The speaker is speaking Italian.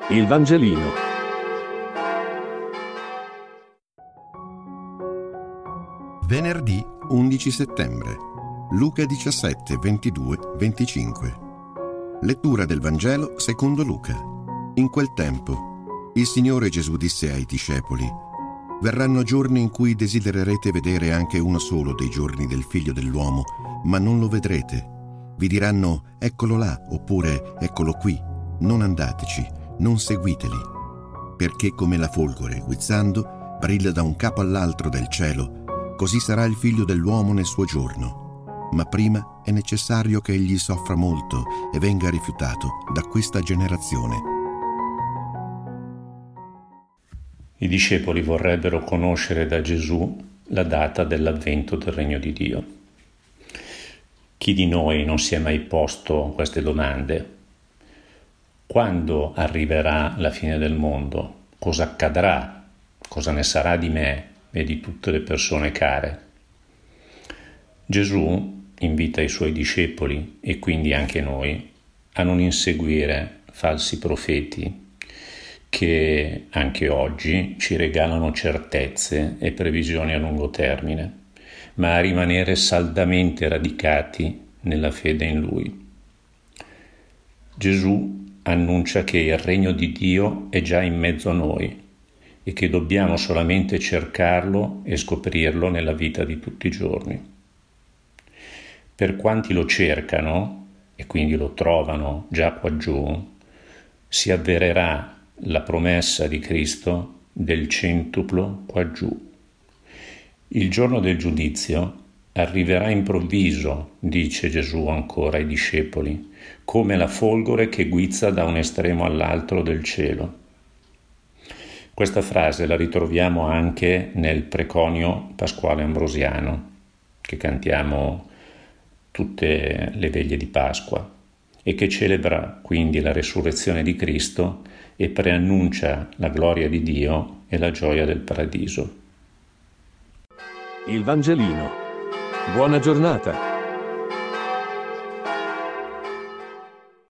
Il Vangelino. Venerdì 11 settembre. Luca 17, 22, 25. Lettura del Vangelo secondo Luca. In quel tempo, il Signore Gesù disse ai discepoli: «Verranno giorni in cui desidererete vedere anche uno solo dei giorni del Figlio dell'uomo, ma non lo vedrete. Vi diranno: eccolo là, oppure eccolo qui. Non andateci, non seguiteli. Perché come la folgore, guizzando, brilla da un capo all'altro del cielo, così sarà il Figlio dell'uomo nel suo giorno. Ma prima è necessario che egli soffra molto e venga rifiutato da questa generazione». I discepoli vorrebbero conoscere da Gesù la data dell'avvento del Regno di Dio. Chi di noi non si è mai posto queste domande? Quando arriverà la fine del mondo? Cosa accadrà? Cosa ne sarà di me e di tutte le persone care? Gesù invita i suoi discepoli, e quindi anche noi, a non inseguire falsi profeti che anche oggi ci regalano certezze e previsioni a lungo termine, ma a rimanere saldamente radicati nella fede in Lui. Gesù annuncia che il regno di Dio è già in mezzo a noi e che dobbiamo solamente cercarlo e scoprirlo nella vita di tutti i giorni. Per quanti lo cercano e quindi lo trovano già qua giù, si avvererà la promessa di Cristo del centuplo qua giù. Il giorno del giudizio arriverà improvviso, dice Gesù ancora ai discepoli, come la folgore che guizza da un estremo all'altro del cielo. Questa frase la ritroviamo anche nel preconio pasquale ambrosiano, che cantiamo tutte le veglie di Pasqua, e che celebra quindi la resurrezione di Cristo e preannuncia la gloria di Dio e la gioia del paradiso. Il Vangelino. Buona giornata.